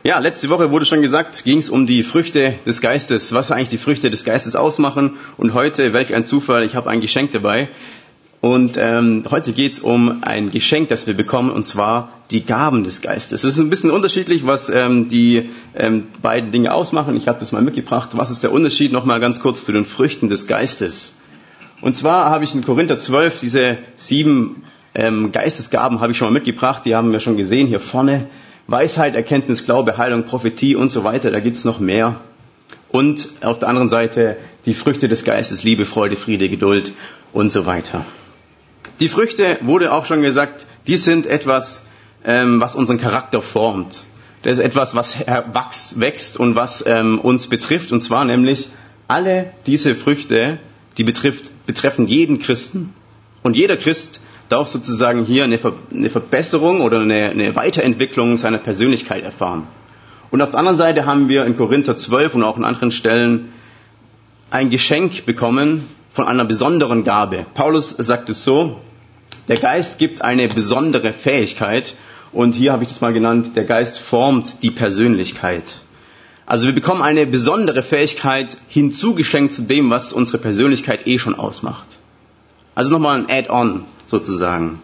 Ja, letzte Woche wurde schon gesagt, ging es um die Früchte des Geistes, was eigentlich die Früchte des Geistes ausmachen. Und heute, welch ein Zufall, ich habe ein Geschenk dabei. Und heute geht es um ein Geschenk, das wir bekommen, und zwar die Gaben des Geistes. Es ist ein bisschen unterschiedlich, was die beiden Dinge ausmachen. Ich habe das mal mitgebracht. Was ist der Unterschied? Nochmal ganz kurz zu den Früchten des Geistes. Und zwar habe ich in Korinther 12 diese 7 Geistesgaben habe ich schon mal mitgebracht. Die haben wir schon gesehen hier vorne. Weisheit, Erkenntnis, Glaube, Heilung, Prophetie und so weiter. Da gibt's noch mehr. Und auf der anderen Seite die Früchte des Geistes, Liebe, Freude, Friede, Geduld und so weiter. Die Früchte, wurde auch schon gesagt, die sind etwas, was unseren Charakter formt. Das ist etwas, was wächst und was uns betrifft. Und zwar nämlich alle diese Früchte, die betreffen jeden Christen. Und jeder Christ darf sozusagen hier eine Verbesserung oder eine Weiterentwicklung seiner Persönlichkeit erfahren. Und auf der anderen Seite haben wir in Korinther 12 und auch an anderen Stellen ein Geschenk bekommen von einer besonderen Gabe. Paulus sagt es so, der Geist gibt eine besondere Fähigkeit und hier habe ich das mal genannt, der Geist formt die Persönlichkeit. Also wir bekommen eine besondere Fähigkeit hinzugeschenkt zu dem, was unsere Persönlichkeit schon ausmacht. Also nochmal ein Add-on sozusagen.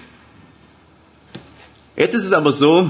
Jetzt ist es aber so,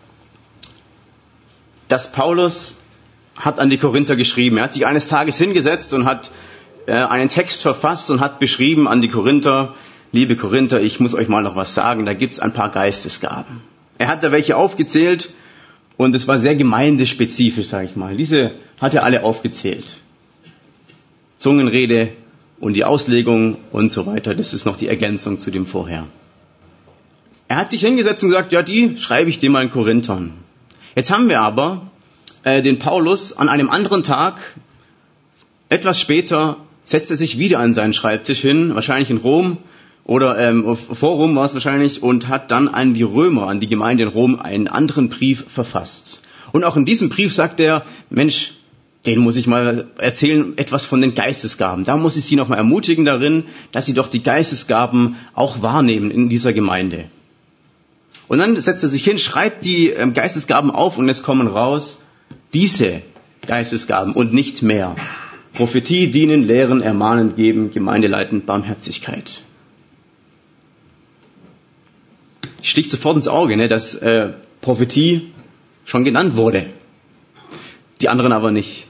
dass Paulus hat an die Korinther geschrieben. Er hat sich eines Tages hingesetzt und hat einen Text verfasst und hat beschrieben an die Korinther, liebe Korinther, ich muss euch mal noch was sagen, da gibt's ein paar Geistesgaben. Er hat da welche aufgezählt und es war sehr gemeindespezifisch, sage ich mal. Diese hat er alle aufgezählt. Zungenrede und die Auslegung und so weiter, das ist noch die Ergänzung zu dem vorher. Er hat sich hingesetzt und gesagt, ja, die schreibe ich dir mal in Korinthern. Jetzt haben wir aber den Paulus an einem anderen Tag, etwas später, setzt er sich wieder an seinen Schreibtisch hin, wahrscheinlich in Rom oder vor Rom war es wahrscheinlich, und hat dann an die Römer, an die Gemeinde in Rom, einen anderen Brief verfasst. Und auch in diesem Brief sagt er, Mensch, den muss ich mal erzählen, etwas von den Geistesgaben. Da muss ich Sie nochmal ermutigen darin, dass Sie doch die Geistesgaben auch wahrnehmen in dieser Gemeinde. Und dann setzt er sich hin, schreibt die Geistesgaben auf und es kommen raus diese Geistesgaben und nicht mehr. Prophetie, dienen, lehren, ermahnen, geben, Gemeinde leiten, Barmherzigkeit. Sticht sofort ins Auge, ne, dass Prophetie schon genannt wurde. Die anderen aber nicht.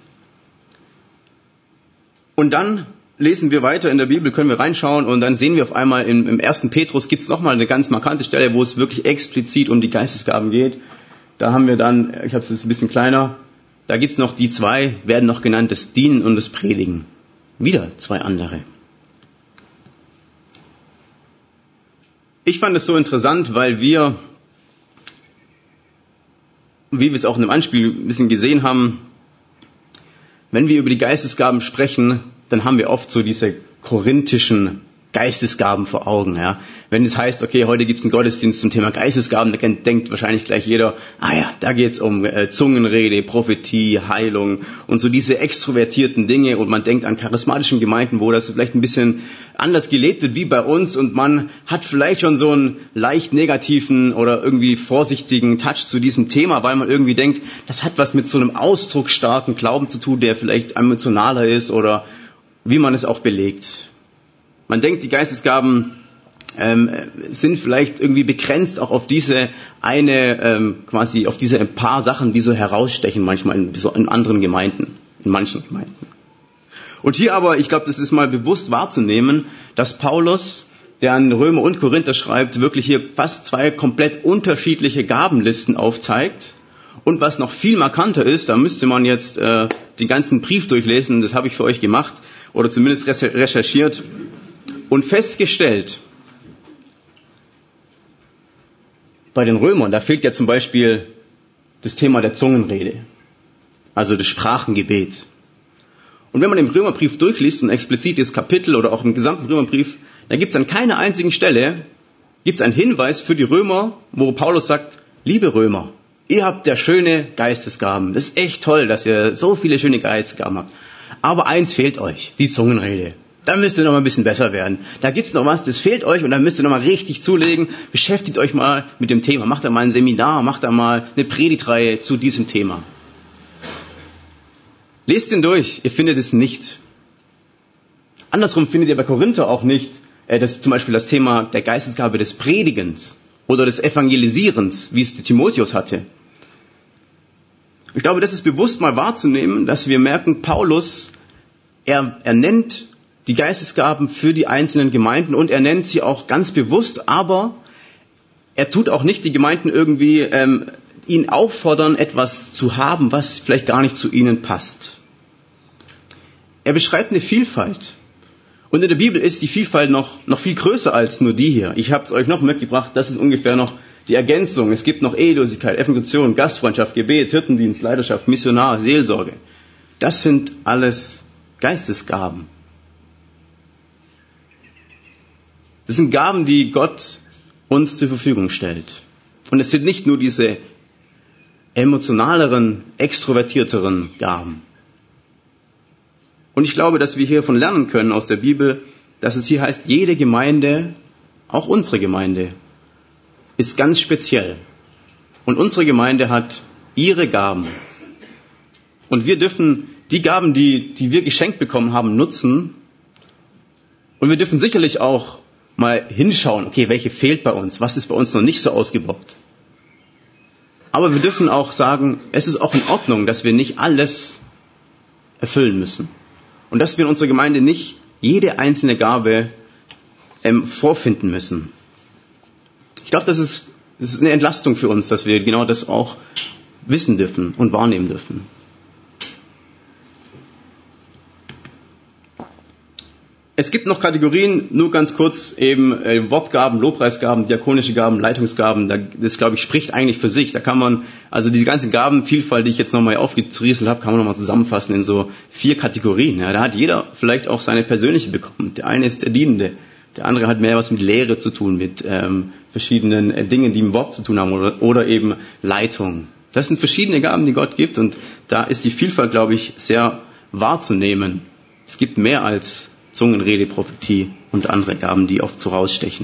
Und dann lesen wir weiter in der Bibel, können wir reinschauen und dann sehen wir auf einmal im 1. Petrus gibt es nochmal eine ganz markante Stelle, wo es wirklich explizit um die Geistesgaben geht. Da haben wir dann, ich habe es jetzt ein bisschen kleiner, da gibt es noch die 2, werden noch genannt, das Dienen und das Predigen. Wieder 2 andere. Ich fand es so interessant, weil wir, wie wir es auch in dem Anspiel ein bisschen gesehen haben, wenn wir über die Geistesgaben sprechen, dann haben wir oft so diese korinthischen Geistesgaben vor Augen. Ja. Wenn es heißt, okay, heute gibt es einen Gottesdienst zum Thema Geistesgaben, dann denkt wahrscheinlich gleich jeder, da geht es um Zungenrede, Prophetie, Heilung und so diese extrovertierten Dinge und man denkt an charismatischen Gemeinden, wo das vielleicht ein bisschen anders gelebt wird wie bei uns und man hat vielleicht schon so einen leicht negativen oder irgendwie vorsichtigen Touch zu diesem Thema, weil man irgendwie denkt, das hat was mit so einem ausdrucksstarken Glauben zu tun, der vielleicht emotionaler ist oder wie man es auch belegt. Man denkt, die Geistesgaben sind vielleicht irgendwie begrenzt auch auf diese quasi auf diese ein paar Sachen, die so herausstechen manchmal in anderen Gemeinden, in manchen Gemeinden. Und hier aber, ich glaube, das ist mal bewusst wahrzunehmen, dass Paulus, der an Römer und Korinther schreibt, wirklich hier fast 2 komplett unterschiedliche Gabenlisten aufzeigt. Und was noch viel markanter ist, da müsste man jetzt den ganzen Brief durchlesen, das habe ich für euch gemacht oder zumindest recherchiert und festgestellt, bei den Römern, da fehlt ja zum Beispiel das Thema der Zungenrede, also das Sprachengebet. Und wenn man den Römerbrief durchliest und explizit das Kapitel oder auch im gesamten Römerbrief, da gibt es an keiner einzigen Stelle einen Hinweis für die Römer, wo Paulus sagt, liebe Römer, ihr habt ja schöne Geistesgaben. Das ist echt toll, dass ihr so viele schöne Geistesgaben habt. Aber eins fehlt euch, die Zungenrede. Da müsst ihr noch mal ein bisschen besser werden. Da gibt's noch was, das fehlt euch und da müsst ihr noch mal richtig zulegen. Beschäftigt euch mal mit dem Thema. Macht da mal ein Seminar, macht da mal eine Predigtreihe zu diesem Thema. Lest ihn durch, ihr findet es nicht. Andersrum findet ihr bei Korinther auch nicht, zum Beispiel das Thema der Geistesgabe des Predigens oder des Evangelisierens, wie es Timotheus hatte. Ich glaube, das ist bewusst mal wahrzunehmen, dass wir merken, Paulus, er nennt die Geistesgaben für die einzelnen Gemeinden und er nennt sie auch ganz bewusst, aber er tut auch nicht die Gemeinden irgendwie ihn auffordern, etwas zu haben, was vielleicht gar nicht zu ihnen passt. Er beschreibt eine Vielfalt. Und in der Bibel ist die Vielfalt noch viel größer als nur die hier. Ich habe es euch noch mitgebracht, das ist ungefähr noch die Ergänzung. Es gibt noch Ehelosigkeit, Evangelisation, Gastfreundschaft, Gebet, Hirtendienst, Leiterschaft, Missionar, Seelsorge. Das sind alles Geistesgaben. Das sind Gaben, die Gott uns zur Verfügung stellt. Und es sind nicht nur diese emotionaleren, extrovertierteren Gaben. Und ich glaube, dass wir hiervon lernen können aus der Bibel, dass es hier heißt, jede Gemeinde, auch unsere Gemeinde, ist ganz speziell. Und unsere Gemeinde hat ihre Gaben. Und wir dürfen die Gaben, die wir geschenkt bekommen haben, nutzen. Und wir dürfen sicherlich auch mal hinschauen, okay, welche fehlt bei uns? Was ist bei uns noch nicht so ausgebaut? Aber wir dürfen auch sagen, es ist auch in Ordnung, dass wir nicht alles erfüllen müssen. Und dass wir in unserer Gemeinde nicht jede einzelne Gabe vorfinden müssen. Ich glaube, das ist eine Entlastung für uns, dass wir genau das auch wissen dürfen und wahrnehmen dürfen. Es gibt noch Kategorien, nur ganz kurz, eben Wortgaben, Lobpreisgaben, diakonische Gaben, Leitungsgaben. Das, glaube ich, spricht eigentlich für sich. Da kann man, also diese ganze Gabenvielfalt, die ich jetzt nochmal aufgerieselt habe, kann man nochmal zusammenfassen in so 4 Kategorien. Ja, da hat jeder vielleicht auch seine persönliche bekommen. Der eine ist der Dienende, der andere hat mehr was mit Lehre zu tun, mit verschiedenen Dingen, die mit Wort zu tun haben oder eben Leitung. Das sind verschiedene Gaben, die Gott gibt und da ist die Vielfalt, glaube ich, sehr wahrzunehmen. Es gibt mehr als Zungenrede, Prophetie und andere Gaben, die oft so rausstechen.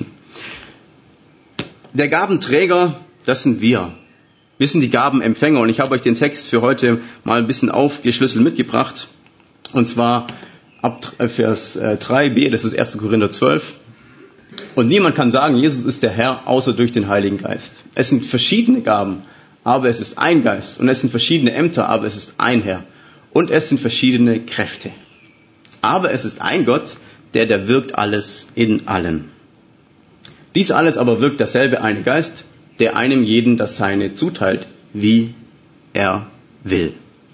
Der Gabenträger, das sind wir. Wir sind die Gabenempfänger und ich habe euch den Text für heute mal ein bisschen aufgeschlüsselt mitgebracht. Und zwar ab Vers 3b, das ist 1. Korinther 12. Und niemand kann sagen, Jesus ist der Herr, außer durch den Heiligen Geist. Es sind verschiedene Gaben, aber es ist ein Geist. Und es sind verschiedene Ämter, aber es ist ein Herr. Und es sind verschiedene Kräfte. Aber es ist ein Gott, der wirkt alles in allen. Dies alles aber wirkt derselbe eine Geist, der einem jeden das Seine zuteilt, wie er will.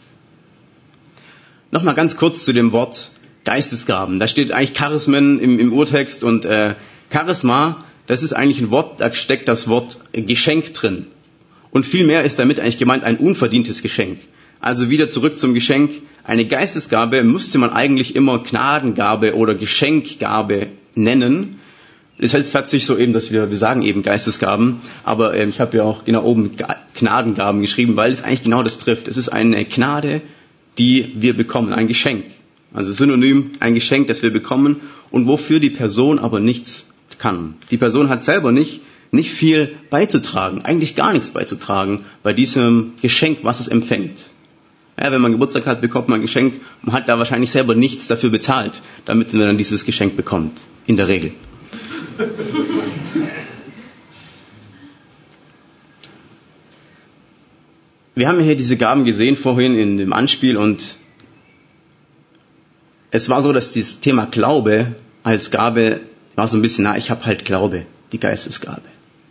Nochmal ganz kurz zu dem Wort Geistesgaben. Da steht eigentlich Charismen im Urtext und Charisma, das ist eigentlich ein Wort, da steckt das Wort Geschenk drin. Und vielmehr ist damit eigentlich gemeint ein unverdientes Geschenk. Also wieder zurück zum Geschenk. Eine Geistesgabe müsste man eigentlich immer Gnadengabe oder Geschenkgabe nennen. Das heißt, es hat sich so eben, dass wir sagen eben Geistesgaben, aber ich habe ja auch genau oben Gnadengaben geschrieben, weil es eigentlich genau das trifft. Es ist eine Gnade, die wir bekommen, ein Geschenk. Also synonym, ein Geschenk, das wir bekommen und wofür die Person aber nichts kann. Die Person hat selber nicht viel beizutragen, eigentlich gar nichts beizutragen bei diesem Geschenk, was es empfängt. Ja, wenn man Geburtstag hat, bekommt man ein Geschenk. Man hat da wahrscheinlich selber nichts dafür bezahlt, damit man dann dieses Geschenk bekommt. In der Regel. Wir haben hier diese Gaben gesehen vorhin in dem Anspiel und es war so, dass dieses Thema Glaube als Gabe war so ein bisschen, ich habe halt Glaube, die Geistesgabe.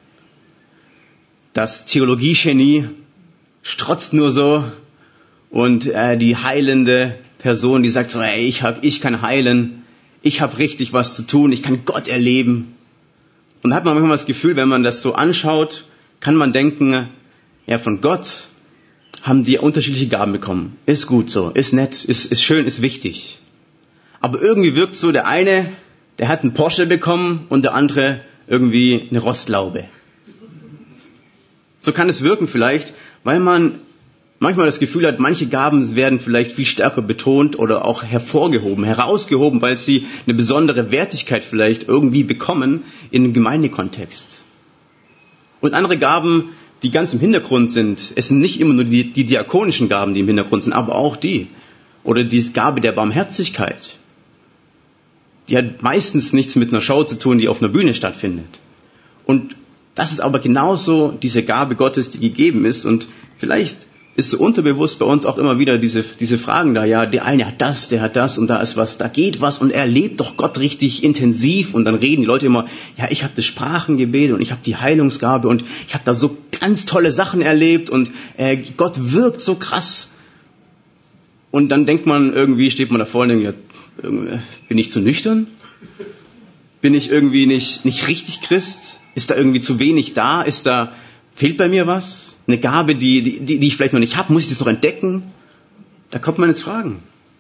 Das Theologie-Genie strotzt nur so und die heilende Person, die sagt so, ich kann heilen, ich habe richtig was zu tun, ich kann Gott erleben. Und da hat man manchmal das Gefühl, wenn man das so anschaut, kann man denken, ja, von Gott haben die unterschiedliche Gaben bekommen. Ist gut so, ist nett, ist schön, ist wichtig. Aber irgendwie wirkt so, der eine, der hat einen Porsche bekommen und der andere irgendwie eine Rostlaube. So kann es wirken vielleicht, weil man manchmal das Gefühl hat, manche Gaben werden vielleicht viel stärker betont oder auch hervorgehoben, herausgehoben, weil sie eine besondere Wertigkeit vielleicht irgendwie bekommen in einem Gemeindekontext. Und andere Gaben, die ganz im Hintergrund sind, es sind nicht immer nur die diakonischen Gaben, die im Hintergrund sind, aber auch die. Oder die Gabe der Barmherzigkeit. Die hat meistens nichts mit einer Show zu tun, die auf einer Bühne stattfindet. Und das ist aber genauso diese Gabe Gottes, die gegeben ist. Und vielleicht ist so unterbewusst bei uns auch immer wieder diese Fragen da. Ja, der eine hat das, der hat das und da ist was, da geht was und er lebt doch Gott richtig intensiv. Und dann reden die Leute immer, ja, ich habe das Sprachengebet und ich habe die Heilungsgabe und ich habe da so ganz tolle Sachen erlebt und Gott wirkt so krass. Und dann denkt man irgendwie, steht man da vorne und denkt, ja, bin ich zu nüchtern? Bin ich irgendwie nicht richtig Christ? Ist da irgendwie zu wenig da? Fehlt bei mir was? Eine Gabe, die ich vielleicht noch nicht habe? Muss ich das noch entdecken? Da kommt man ins Fragen.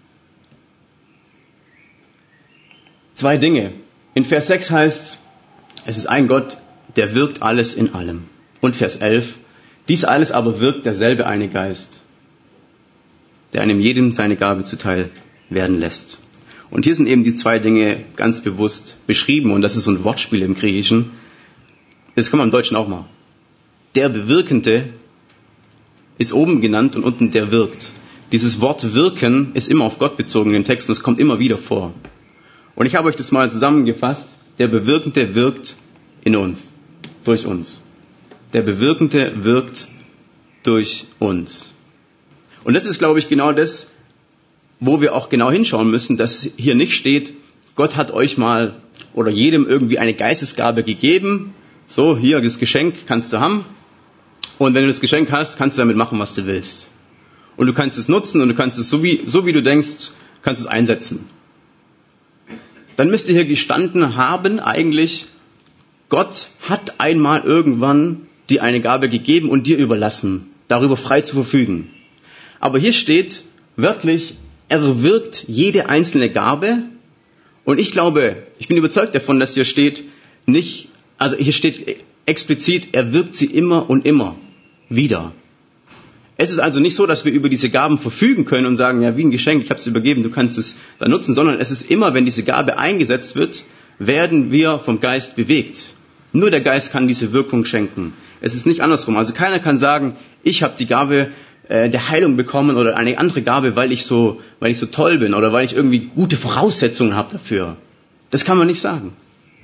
2 Dinge. In Vers 6 heißt, es ist ein Gott, der wirkt alles in allem. Und Vers 11, dies alles aber wirkt derselbe eine Geist, der einem jedem seine Gabe zuteil werden lässt. Und hier sind eben die 2 Dinge ganz bewusst beschrieben. Und das ist so ein Wortspiel im Griechischen. Das kann man im Deutschen auch mal. Der Bewirkende ist oben genannt und unten der wirkt. Dieses Wort wirken ist immer auf Gott bezogen in dem Text und es kommt immer wieder vor. Und ich habe euch das mal zusammengefasst. Der Bewirkende wirkt in uns, durch uns. Der Bewirkende wirkt durch uns. Und das ist, glaube ich, genau das, wo wir auch genau hinschauen müssen, dass hier nicht steht, Gott hat euch mal oder jedem irgendwie eine Geistesgabe gegeben. So, hier, das Geschenk kannst du haben. Und wenn du das Geschenk hast, kannst du damit machen, was du willst. Und du kannst es nutzen und du kannst es, so wie du denkst, kannst es einsetzen. Dann müsste hier gestanden haben, eigentlich, Gott hat einmal irgendwann dir eine Gabe gegeben und dir überlassen, darüber frei zu verfügen. Aber hier steht wörtlich, er wirkt jede einzelne Gabe. Und ich bin überzeugt davon, dass hier steht, hier steht explizit, er wirkt sie immer und immer wieder. Es ist also nicht so, dass wir über diese Gaben verfügen können und sagen, ja, wie ein Geschenk, ich habe es übergeben, du kannst es da nutzen, sondern es ist immer, wenn diese Gabe eingesetzt wird, werden wir vom Geist bewegt. Nur der Geist kann diese Wirkung schenken. Es ist nicht andersrum. Also keiner kann sagen, ich habe die Gabe der Heilung bekommen oder eine andere Gabe, weil ich so toll bin oder weil ich irgendwie gute Voraussetzungen habe dafür. Das kann man nicht sagen.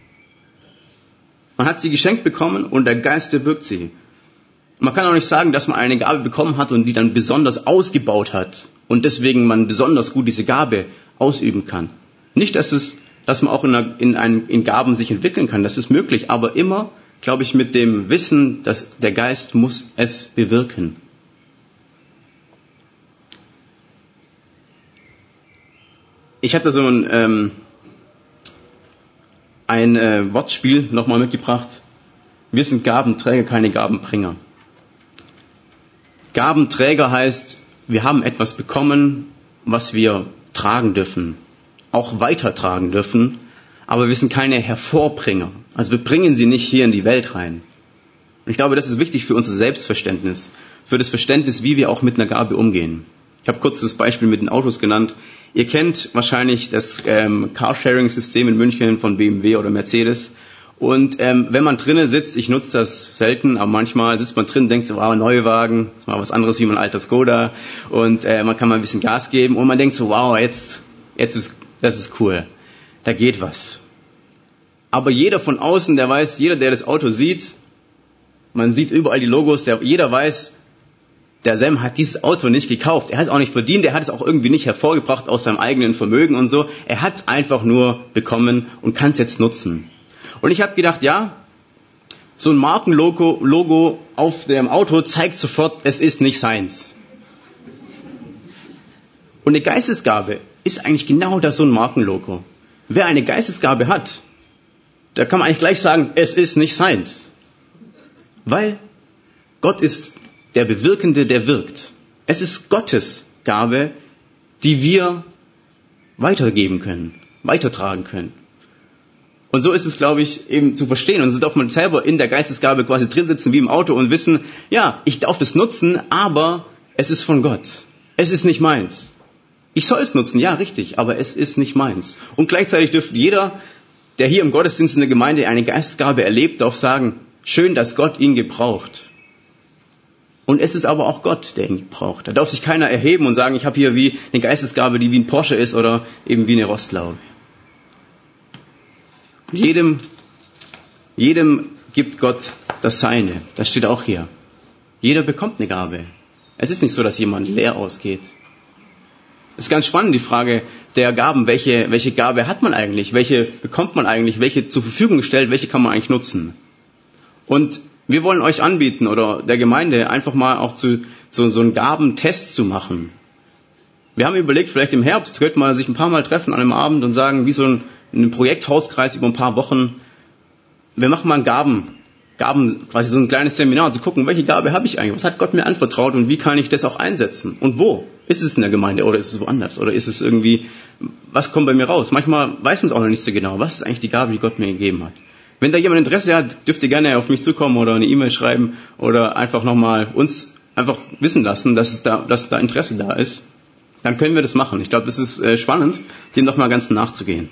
Man hat sie geschenkt bekommen und der Geist, der wirkt sie. Man kann auch nicht sagen, dass man eine Gabe bekommen hat und die dann besonders ausgebaut hat und deswegen man besonders gut diese Gabe ausüben kann. Nicht, dass man auch in Gaben sich entwickeln kann, das ist möglich, aber immer, glaube ich, mit dem Wissen, dass der Geist muss es bewirken. Ich hatte so ein Wortspiel nochmal mitgebracht. Wir sind Gabenträger, keine Gabenbringer. Gabenträger heißt, wir haben etwas bekommen, was wir tragen dürfen, auch weitertragen dürfen, aber wir sind keine Hervorbringer. Also wir bringen sie nicht hier in die Welt rein. Und ich glaube, das ist wichtig für unser Selbstverständnis, für das Verständnis, wie wir auch mit einer Gabe umgehen. Ich habe kurz das Beispiel mit den Autos genannt. Ihr kennt wahrscheinlich das Carsharing-System in München von BMW oder Mercedes. Und wenn man drinnen sitzt, ich nutze das selten, aber manchmal sitzt man drin und denkt so, wow, Neuwagen, das ist mal was anderes wie mein alter Skoda. Und man kann mal ein bisschen Gas geben und man denkt so, wow, das ist cool, da geht was. Aber jeder von außen, der weiß, jeder, der das Auto sieht, man sieht überall die Logos, jeder weiß, der Sam hat dieses Auto nicht gekauft. Er hat es auch nicht verdient. Er hat es auch irgendwie nicht hervorgebracht aus seinem eigenen Vermögen und so. Er hat es einfach nur bekommen und kann es jetzt nutzen. Und ich habe gedacht, ja, so ein Markenlogo auf dem Auto zeigt sofort, es ist nicht seins. Und eine Geistesgabe ist eigentlich genau das, so ein Markenlogo. Wer eine Geistesgabe hat, da kann man eigentlich gleich sagen, es ist nicht seins. Weil Gott ist der Bewirkende, der wirkt. Es ist Gottes Gabe, die wir weitergeben können, weitertragen können. Und so ist es, glaube ich, eben zu verstehen. Und so darf man selber in der Geistesgabe quasi drin sitzen wie im Auto und wissen, ja, ich darf das nutzen, aber es ist von Gott. Es ist nicht meins. Ich soll es nutzen, ja, richtig, aber es ist nicht meins. Und gleichzeitig dürfte jeder, der hier im Gottesdienst in der Gemeinde eine Geistesgabe erlebt, darf sagen, schön, dass Gott ihn gebraucht. Und es ist aber auch Gott, der ihn gebraucht. Da darf sich keiner erheben und sagen, ich habe hier wie eine Geistesgabe, die wie ein Porsche ist oder eben wie eine Rostlaube. Jedem gibt Gott das Seine. Das steht auch hier. Jeder bekommt eine Gabe. Es ist nicht so, dass jemand leer ausgeht. Es ist ganz spannend, die Frage der Gaben. Welche Gabe hat man eigentlich? Welche bekommt man eigentlich? Welche zur Verfügung gestellt? Welche kann man eigentlich nutzen? Und wir wollen euch anbieten oder der Gemeinde einfach mal auch so einen Gabentest zu machen. Wir haben überlegt, vielleicht im Herbst könnte man sich ein paar Mal treffen an einem Abend und sagen, wie so ein Projekthauskreis über ein paar Wochen. Wir machen mal ein Gaben, quasi so ein kleines Seminar, zu gucken, welche Gabe habe ich eigentlich? Was hat Gott mir anvertraut und wie kann ich das auch einsetzen? Und wo? Ist es in der Gemeinde oder ist es woanders? Oder ist es irgendwie, was kommt bei mir raus? Manchmal weiß man es auch noch nicht so genau. Was ist eigentlich die Gabe, die Gott mir gegeben hat? Wenn da jemand Interesse hat, dürft ihr gerne auf mich zukommen oder eine E-Mail schreiben oder einfach nochmal uns einfach wissen lassen, dass da Interesse da ist. Dann können wir das machen. Ich glaube, das ist spannend, dem nochmal ganz nachzugehen.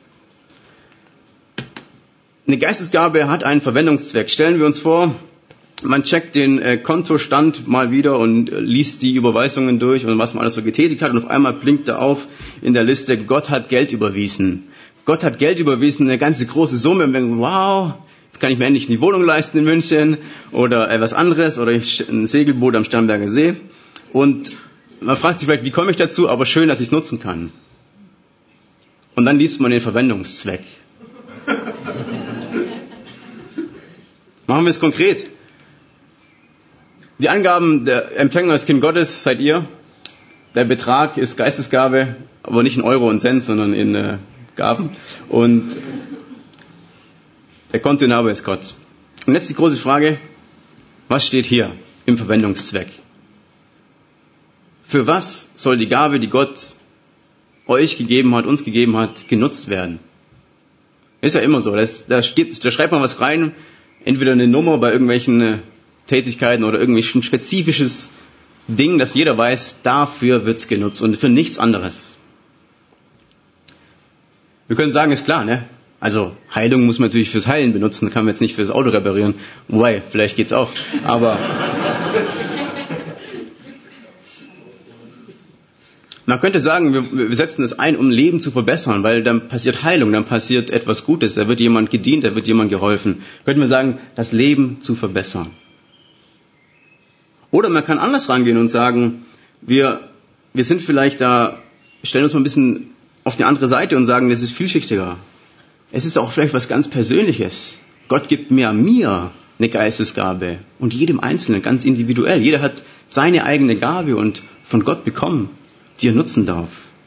Eine Geistesgabe hat einen Verwendungszweck. Stellen wir uns vor, man checkt den Kontostand mal wieder und liest die Überweisungen durch und was man alles so getätigt hat und auf einmal blinkt da auf in der Liste, Gott hat Geld überwiesen. Gott hat Geld überwiesen, eine ganze große Summe und denken, wow, jetzt kann ich mir endlich eine Wohnung leisten in München oder was anderes oder ein Segelboot am Starnberger See. Und man fragt sich vielleicht, wie komme ich dazu, aber schön, dass ich es nutzen kann. Und dann liest man den Verwendungszweck. Machen wir es konkret. Die Angaben der Empfänger als Kind Gottes seid ihr. Der Betrag ist Geistesgabe, aber nicht in Euro und Cent, sondern in Gaben. Und der Kontoinhaber ist Gott. Und jetzt die große Frage, was steht hier im Verwendungszweck? Für was soll die Gabe, die Gott euch gegeben hat, uns gegeben hat, genutzt werden? Ist ja immer so. Da schreibt man was rein, entweder eine Nummer bei irgendwelchen Tätigkeiten oder irgendwie ein spezifisches Ding, das jeder weiß, dafür wird's genutzt und für nichts anderes. Wir können sagen, ist klar, ne? Also Heilung muss man natürlich fürs Heilen benutzen, kann man jetzt nicht fürs Auto reparieren. Wobei, vielleicht geht's auch. Aber man könnte sagen, wir setzen es ein, um Leben zu verbessern, weil dann passiert Heilung, dann passiert etwas Gutes, da wird jemand gedient, da wird jemand geholfen. Könnten wir sagen, das Leben zu verbessern. Oder man kann anders rangehen und sagen, wir sind vielleicht da, stellen uns mal ein bisschen auf die andere Seite und sagen, das ist vielschichtiger. Es ist auch vielleicht was ganz Persönliches. Gott gibt mir eine Geistesgabe und jedem Einzelnen ganz individuell. Jeder hat seine eigene Gabe und von Gott bekommen, die er nutzen darf.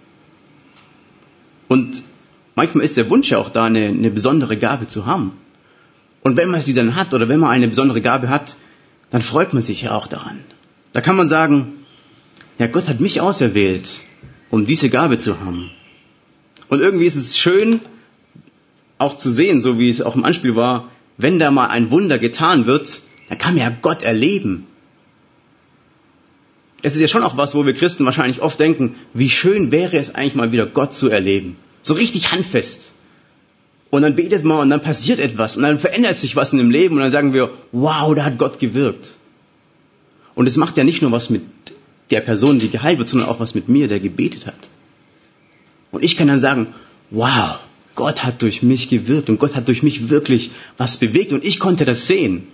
Und manchmal ist der Wunsch ja auch da, eine besondere Gabe zu haben. Und wenn man sie dann hat oder wenn man eine besondere Gabe hat, dann freut man sich ja auch daran. Da kann man sagen, ja, Gott hat mich auserwählt, um diese Gabe zu haben. Und irgendwie ist es schön, auch zu sehen, so wie es auch im Anspiel war, wenn da mal ein Wunder getan wird, dann kann man ja Gott erleben. Es ist ja schon auch was, wo wir Christen wahrscheinlich oft denken, wie schön wäre es eigentlich mal wieder Gott zu erleben. So richtig handfest. Und dann betet man und dann passiert etwas und dann verändert sich was in dem Leben und dann sagen wir, wow, da hat Gott gewirkt. Und es macht ja nicht nur was mit der Person, die geheilt wird, sondern auch was mit mir, der gebetet hat. Und ich kann dann sagen, wow, Gott hat durch mich gewirkt und Gott hat durch mich wirklich was bewegt und ich konnte das sehen.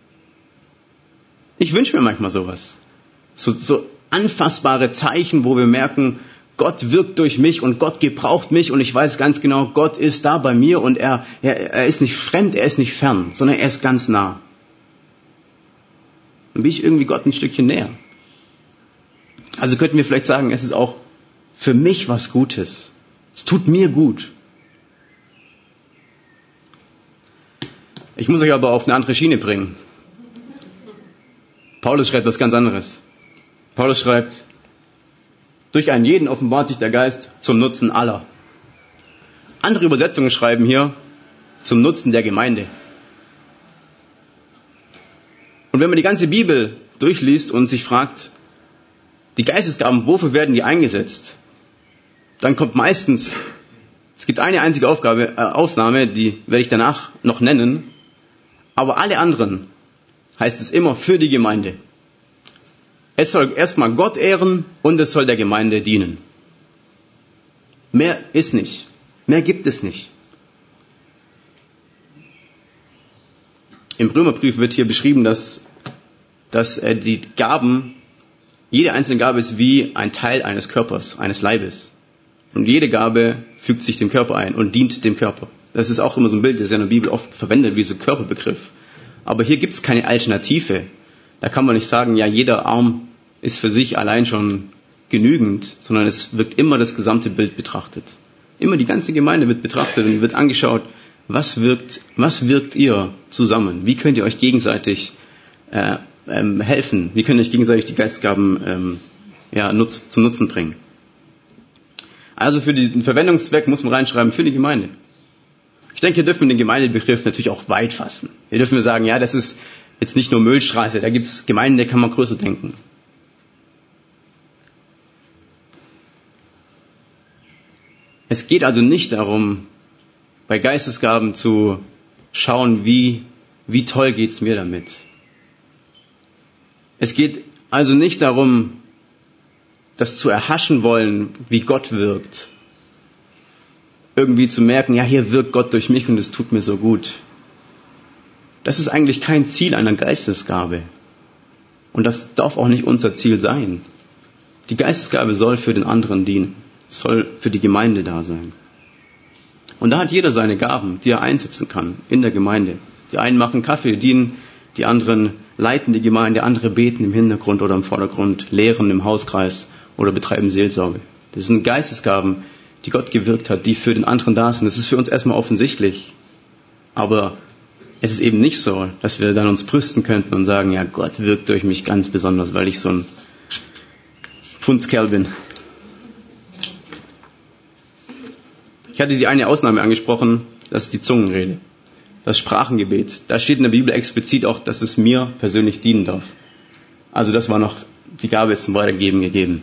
Ich wünsche mir manchmal sowas. So anfassbare Zeichen, wo wir merken, Gott wirkt durch mich und Gott gebraucht mich und ich weiß ganz genau, Gott ist da bei mir und er ist nicht fremd, er ist nicht fern, sondern er ist ganz nah. Dann bin ich irgendwie Gott ein Stückchen näher. Also könnten wir vielleicht sagen, es ist auch für mich was Gutes. Es tut mir gut. Ich muss euch aber auf eine andere Schiene bringen. Paulus schreibt was ganz anderes. Paulus schreibt, durch einen jeden offenbart sich der Geist zum Nutzen aller. Andere Übersetzungen schreiben hier, zum Nutzen der Gemeinde. Und wenn man die ganze Bibel durchliest und sich fragt, Die Geistesgaben, wofür werden die eingesetzt? Dann kommt meistens, es gibt eine einzige Ausnahme, die werde ich danach noch nennen, aber alle anderen heißt es immer für die Gemeinde. Es soll erstmal Gott ehren und es soll der Gemeinde dienen. Mehr ist nicht. Mehr gibt es nicht. Im Römerbrief wird hier beschrieben, dass die Gaben, jede einzelne Gabe ist wie ein Teil eines Körpers, eines Leibes. Und jede Gabe fügt sich dem Körper ein und dient dem Körper. Das ist auch immer so ein Bild, das ja in der Bibel oft verwendet, wie so Körperbegriff. Aber hier gibt es keine Alternative. Da kann man nicht sagen, ja, jeder Arm ist für sich allein schon genügend, sondern es wird immer das gesamte Bild betrachtet. Immer die ganze Gemeinde wird betrachtet und wird angeschaut, was wirkt ihr zusammen? Wie könnt ihr euch gegenseitig helfen? Wie könnt ihr euch gegenseitig die Geistesgaben zum Nutzen bringen? Also für den Verwendungszweck muss man reinschreiben, für die Gemeinde. Ich denke, hier dürfen wir den Gemeindebegriff natürlich auch weit fassen. Hier dürfen wir sagen, ja, das ist jetzt nicht nur Müllstraße, da gibt es Gemeinden, da kann man größer denken. Es geht also nicht darum, bei Geistesgaben zu schauen, wie toll geht's mir damit. Es geht also nicht darum, das zu erhaschen wollen, wie Gott wirkt. Irgendwie zu merken, ja, hier wirkt Gott durch mich und es tut mir so gut. Das ist eigentlich kein Ziel einer Geistesgabe. Und das darf auch nicht unser Ziel sein. Die Geistesgabe soll für den anderen dienen. Soll für die Gemeinde da sein. Und da hat jeder seine Gaben, die er einsetzen kann in der Gemeinde. Die einen machen Kaffee, dienen, die anderen leiten die Gemeinde, andere beten im Hintergrund oder im Vordergrund, lehren im Hauskreis oder betreiben Seelsorge. Das sind Geistesgaben, die Gott gewirkt hat, die für den anderen da sind. Das ist für uns erstmal offensichtlich. Aber es ist eben nicht so, dass wir dann uns brüsten könnten und sagen, ja, Gott wirkt durch mich ganz besonders, weil ich so ein Pfundskerl bin. Ich hatte die eine Ausnahme angesprochen, das ist die Zungenrede, das Sprachengebet. Da steht in der Bibel explizit auch, dass es mir persönlich dienen darf. Also das war noch, die Gabe ist zum Weitergeben gegeben.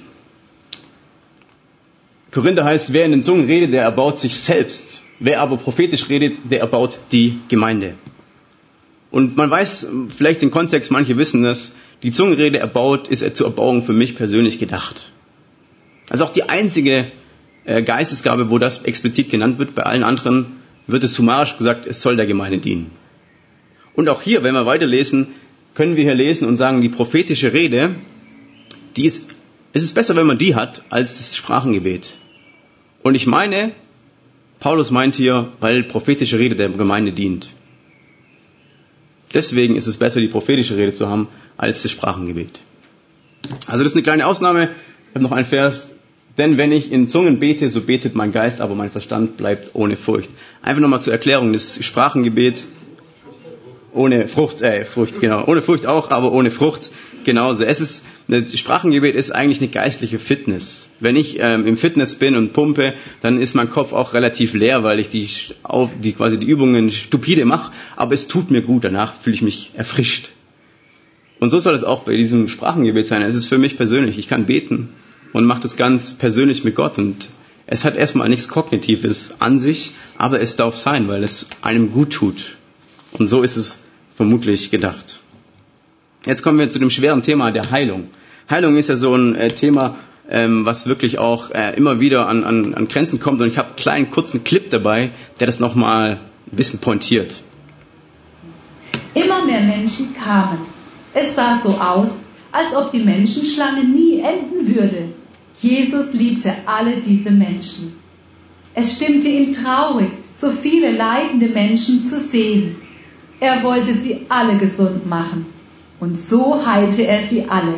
Korinther heißt, wer in den Zungen redet, der erbaut sich selbst. Wer aber prophetisch redet, der erbaut die Gemeinde. Und man weiß vielleicht den Kontext, manche wissen das, die Zungenrede ist zur Erbauung für mich persönlich gedacht. Also auch die einzige Geistesgabe, wo das explizit genannt wird. Bei allen anderen wird es summarisch gesagt, es soll der Gemeinde dienen. Und auch hier, wenn wir weiterlesen, können wir hier lesen und sagen, die prophetische Rede, es ist besser, wenn man die hat, als das Sprachengebet. Und ich meine, Paulus meint hier, weil prophetische Rede der Gemeinde dient. Deswegen ist es besser, die prophetische Rede zu haben, als das Sprachengebet. Also das ist eine kleine Ausnahme. Ich habe noch einen Vers. Denn wenn ich in Zungen bete, so betet mein Geist, aber mein Verstand bleibt ohne Furcht. Einfach nochmal zur Erklärung, das Sprachengebet ohne Frucht, genau. Ohne Furcht auch, aber ohne Frucht genauso. Das Sprachengebet ist eigentlich eine geistliche Fitness. Wenn ich im Fitness bin und pumpe, dann ist mein Kopf auch relativ leer, weil ich quasi die Übungen stupide mache, aber es tut mir gut, danach fühle ich mich erfrischt. Und so soll es auch bei diesem Sprachengebet sein. Es ist für mich persönlich. Ich kann beten und mache das ganz persönlich mit Gott. Und es hat erstmal nichts Kognitives an sich, aber es darf sein, weil es einem gut tut. Und so ist es vermutlich gedacht. Jetzt kommen wir zu dem schweren Thema der Heilung. Heilung ist ja so ein Thema, was wirklich auch immer wieder an Grenzen kommt. Und ich habe einen kleinen, kurzen Clip dabei, der das nochmal ein bisschen pointiert. Immer mehr Menschen kamen. Es sah so aus, als ob die Menschenschlange nie enden würde. Jesus liebte alle diese Menschen. Es stimmte ihm traurig, so viele leidende Menschen zu sehen. Er wollte sie alle gesund machen. Und so heilte er sie alle.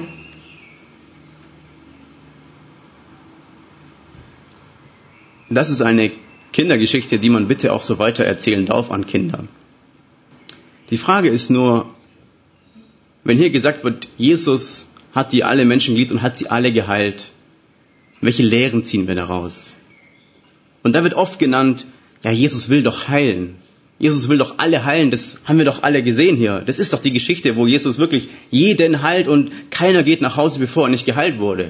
Das ist eine Kindergeschichte, die man bitte auch so weiter erzählen darf an Kinder. Die Frage ist nur, wenn hier gesagt wird, Jesus hat die alle Menschen geliebt und hat sie alle geheilt, welche Lehren ziehen wir daraus? Und da wird oft genannt, ja, Jesus will doch heilen. Jesus will doch alle heilen, das haben wir doch alle gesehen hier. Das ist doch die Geschichte, wo Jesus wirklich jeden heilt und keiner geht nach Hause, bevor er nicht geheilt wurde.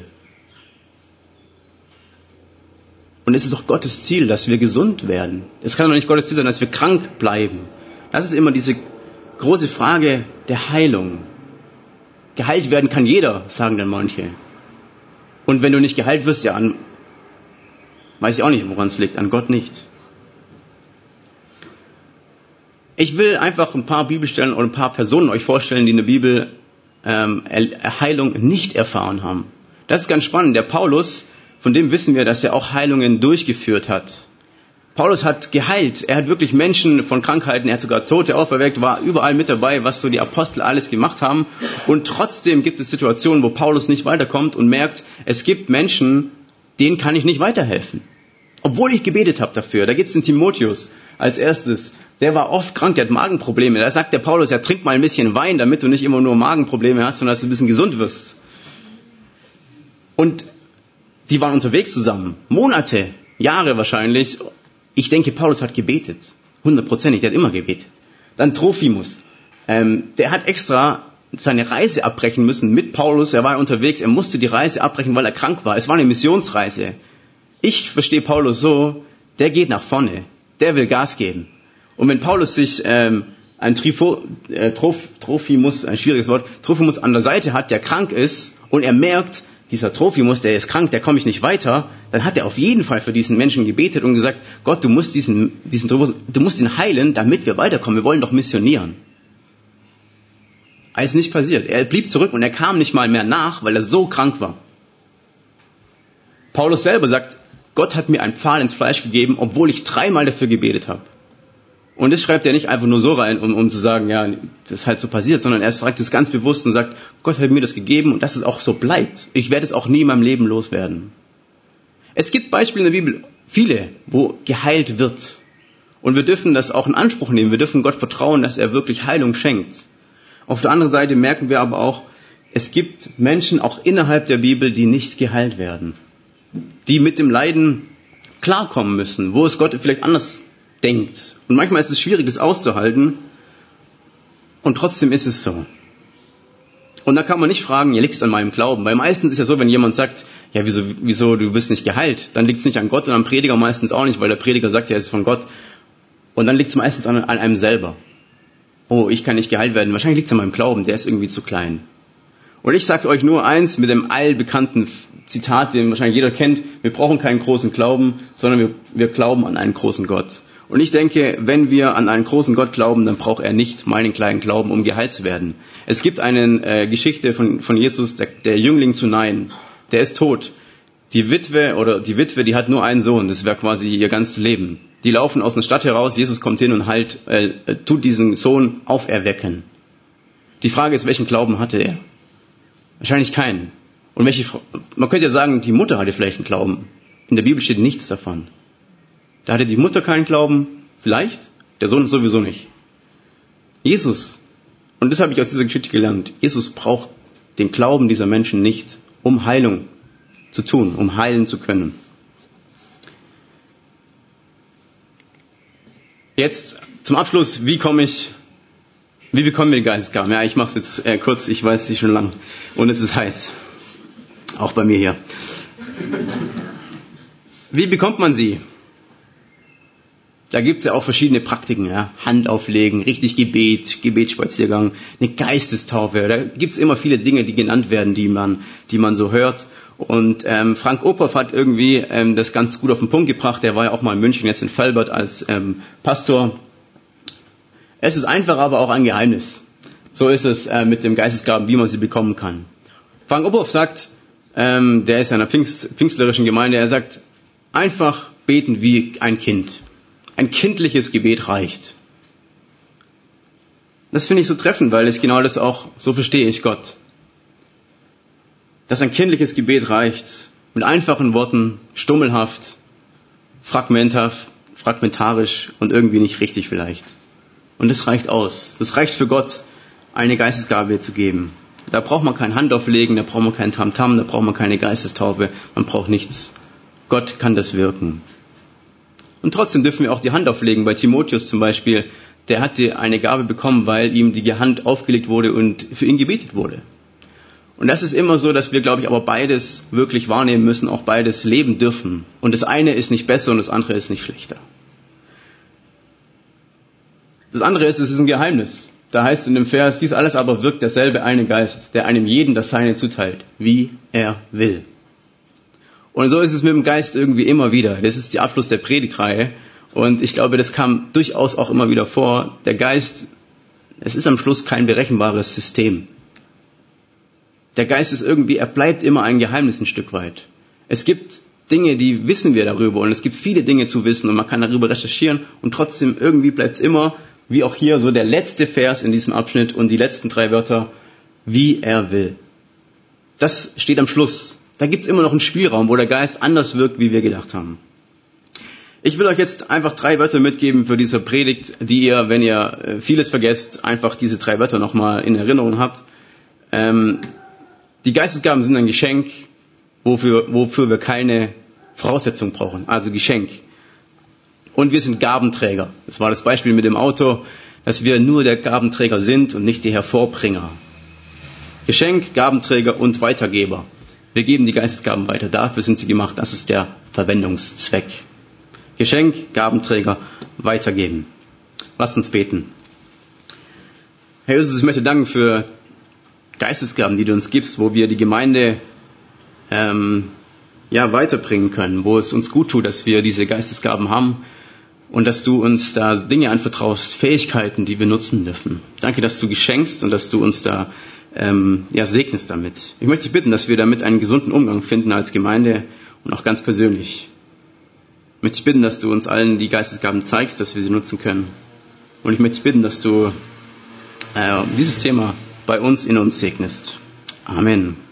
Und es ist doch Gottes Ziel, dass wir gesund werden. Es kann doch nicht Gottes Ziel sein, dass wir krank bleiben. Das ist immer diese große Frage der Heilung. Geheilt werden kann jeder, sagen dann manche. Und wenn du nicht geheilt wirst, ja, weiß ich auch nicht, woran es liegt, an Gott nicht. Ich will einfach ein paar Bibelstellen oder ein paar Personen euch vorstellen, die in der Bibel Heilung nicht erfahren haben. Das ist ganz spannend. Der Paulus, von dem wissen wir, dass er auch Heilungen durchgeführt hat. Paulus hat geheilt. Er hat wirklich Menschen von Krankheiten, er hat sogar Tote auferweckt, war überall mit dabei, was so die Apostel alles gemacht haben. Und trotzdem gibt es Situationen, wo Paulus nicht weiterkommt und merkt, es gibt Menschen, denen kann ich nicht weiterhelfen. Obwohl ich gebetet habe dafür. Da gibt es den Timotheus als erstes. Der war oft krank, der hat Magenprobleme. Da sagt der Paulus, ja, trink mal ein bisschen Wein, damit du nicht immer nur Magenprobleme hast, sondern dass du ein bisschen gesund wirst. Und die waren unterwegs zusammen. Monate, Jahre wahrscheinlich. Ich denke, Paulus hat gebetet. 100%, der hat immer gebetet. Dann Trophimus. Der hat extra seine Reise abbrechen müssen mit Paulus. Er war unterwegs, er musste die Reise abbrechen, weil er krank war. Es war eine Missionsreise. Ich verstehe Paulus so, der geht nach vorne. Der will Gas geben. Und wenn Paulus sich ein Trophimus, ein schwieriges Wort, Trophimus an der Seite hat, der krank ist und er merkt, dieser Trophimus, der ist krank, der komme ich nicht weiter, dann hat er auf jeden Fall für diesen Menschen gebetet und gesagt, Gott, du musst diesen Trophimus, du musst ihn heilen, damit wir weiterkommen. Wir wollen doch missionieren. Alles nicht passiert. Er blieb zurück und er kam nicht mal mehr nach, weil er so krank war. Paulus selber sagt, Gott hat mir einen Pfahl ins Fleisch gegeben, obwohl ich 3-mal dafür gebetet habe. Und das schreibt er nicht einfach nur so rein, um zu sagen, ja, das ist halt so passiert, sondern er schreibt es ganz bewusst und sagt, Gott hat mir das gegeben und dass es auch so bleibt. Ich werde es auch nie in meinem Leben loswerden. Es gibt Beispiele in der Bibel, viele, wo geheilt wird. Und wir dürfen das auch in Anspruch nehmen. Wir dürfen Gott vertrauen, dass er wirklich Heilung schenkt. Auf der anderen Seite merken wir aber auch, es gibt Menschen auch innerhalb der Bibel, die nicht geheilt werden. Die mit dem Leiden klarkommen müssen, wo es Gott vielleicht anders denkt. Und manchmal ist es schwierig, das auszuhalten. Und trotzdem ist es so. Und da kann man nicht fragen, ja, liegt es an meinem Glauben? Weil meistens ist ja so, wenn jemand sagt, ja, wieso, du bist nicht geheilt? Dann liegt es nicht an Gott und am Prediger meistens auch nicht, weil der Prediger sagt, ja, es ist von Gott. Und dann liegt es meistens an einem selber. Oh, ich kann nicht geheilt werden. Wahrscheinlich liegt es an meinem Glauben, der ist irgendwie zu klein. Und ich sage euch nur eins mit dem allbekannten Zitat, den wahrscheinlich jeder kennt. Wir brauchen keinen großen Glauben, sondern wir glauben an einen großen Gott. Und ich denke, wenn wir an einen großen Gott glauben, dann braucht er nicht meinen kleinen Glauben, um geheilt zu werden. Es gibt eine Geschichte von Jesus, der Jüngling zu Nain. Der ist tot. Die Witwe, die hat nur einen Sohn. Das wäre quasi ihr ganzes Leben. Die laufen aus einer Stadt heraus. Jesus kommt hin und tut diesen Sohn auferwecken. Die Frage ist, welchen Glauben hatte er? Wahrscheinlich keinen. Und man könnte ja sagen, die Mutter hatte vielleicht einen Glauben. In der Bibel steht nichts davon. Da hatte die Mutter keinen Glauben, vielleicht, der Sohn sowieso nicht. Jesus, und das habe ich aus dieser Geschichte gelernt, Jesus braucht den Glauben dieser Menschen nicht, um Heilung zu tun, um heilen zu können. Jetzt zum Abschluss, wie bekommen wir die Geistesgaben? Ja, ich mache es jetzt kurz, ich weiß es schon lang und es ist heiß, auch bei mir hier. Wie bekommt man sie? Da gibt es ja auch verschiedene Praktiken, ja. Hand auflegen, richtig Gebetsspaziergang, eine Geistestaufe. Da gibt es immer viele Dinge, die genannt werden, die man so hört. Und Frank Ophoff hat irgendwie das ganz gut auf den Punkt gebracht. Der war ja auch mal in München, jetzt in Velbert als Pastor. Es ist einfach, aber auch ein Geheimnis. So ist es mit dem Geistesgaben, wie man sie bekommen kann. Frank Ophoff sagt, der ist in einer pfingstlerischen Gemeinde, er sagt, einfach beten wie ein Kind. Ein kindliches Gebet reicht. Das finde ich so treffend, weil ich genau das auch, so verstehe ich Gott. Dass ein kindliches Gebet reicht, mit einfachen Worten, stummelhaft, fragmentarisch und irgendwie nicht richtig vielleicht. Und das reicht aus. Das reicht für Gott, eine Geistesgabe zu geben. Da braucht man kein Handauflegen, da braucht man kein Tamtam, da braucht man keine Geistestaube, man braucht nichts. Gott kann das wirken. Und trotzdem dürfen wir auch die Hand auflegen. Bei Timotheus zum Beispiel, der hatte eine Gabe bekommen, weil ihm die Hand aufgelegt wurde und für ihn gebetet wurde. Und das ist immer so, dass wir, glaube ich, aber beides wirklich wahrnehmen müssen, auch beides leben dürfen. Und das eine ist nicht besser und das andere ist nicht schlechter. Das andere ist, es ist ein Geheimnis. Da heißt in dem Vers, dies alles aber wirkt derselbe eine Geist, der einem jeden das Seine zuteilt, wie er will. Und so ist es mit dem Geist irgendwie immer wieder. Das ist der Abschluss der Predigtreihe. Und ich glaube, das kam durchaus auch immer wieder vor. Der Geist, es ist am Schluss kein berechenbares System. Der Geist ist irgendwie, er bleibt immer ein Geheimnis ein Stück weit. Es gibt Dinge, die wissen wir darüber und es gibt viele Dinge zu wissen und man kann darüber recherchieren und trotzdem irgendwie bleibt es immer, wie auch hier so der letzte Vers in diesem Abschnitt und die letzten 3 Wörter, wie er will. Das steht am Schluss. Da gibt es immer noch einen Spielraum, wo der Geist anders wirkt, wie wir gedacht haben. Ich will euch jetzt einfach 3 Wörter mitgeben für diese Predigt, die ihr, wenn ihr vieles vergesst, einfach diese 3 Wörter nochmal in Erinnerung habt. Die Geistesgaben sind ein Geschenk, wofür wir keine Voraussetzung brauchen, also Geschenk. Und wir sind Gabenträger. Das war das Beispiel mit dem Auto, dass wir nur der Gabenträger sind und nicht die Hervorbringer. Geschenk, Gabenträger und Weitergeber. Wir geben die Geistesgaben weiter, dafür sind sie gemacht, das ist der Verwendungszweck. Geschenk, Gabenträger, weitergeben. Lasst uns beten. Herr Jesus, ich möchte danken für Geistesgaben, die du uns gibst, wo wir die Gemeinde weiterbringen können, wo es uns gut tut, dass wir diese Geistesgaben haben und dass du uns da Dinge anvertraust, Fähigkeiten, die wir nutzen dürfen. Danke, dass du geschenkst und dass du uns da segnest damit. Ich möchte dich bitten, dass wir damit einen gesunden Umgang finden als Gemeinde und auch ganz persönlich. Ich möchte dich bitten, dass du uns allen die Geistesgaben zeigst, dass wir sie nutzen können. Und ich möchte dich bitten, dass du dieses Thema bei uns, in uns segnest. Amen.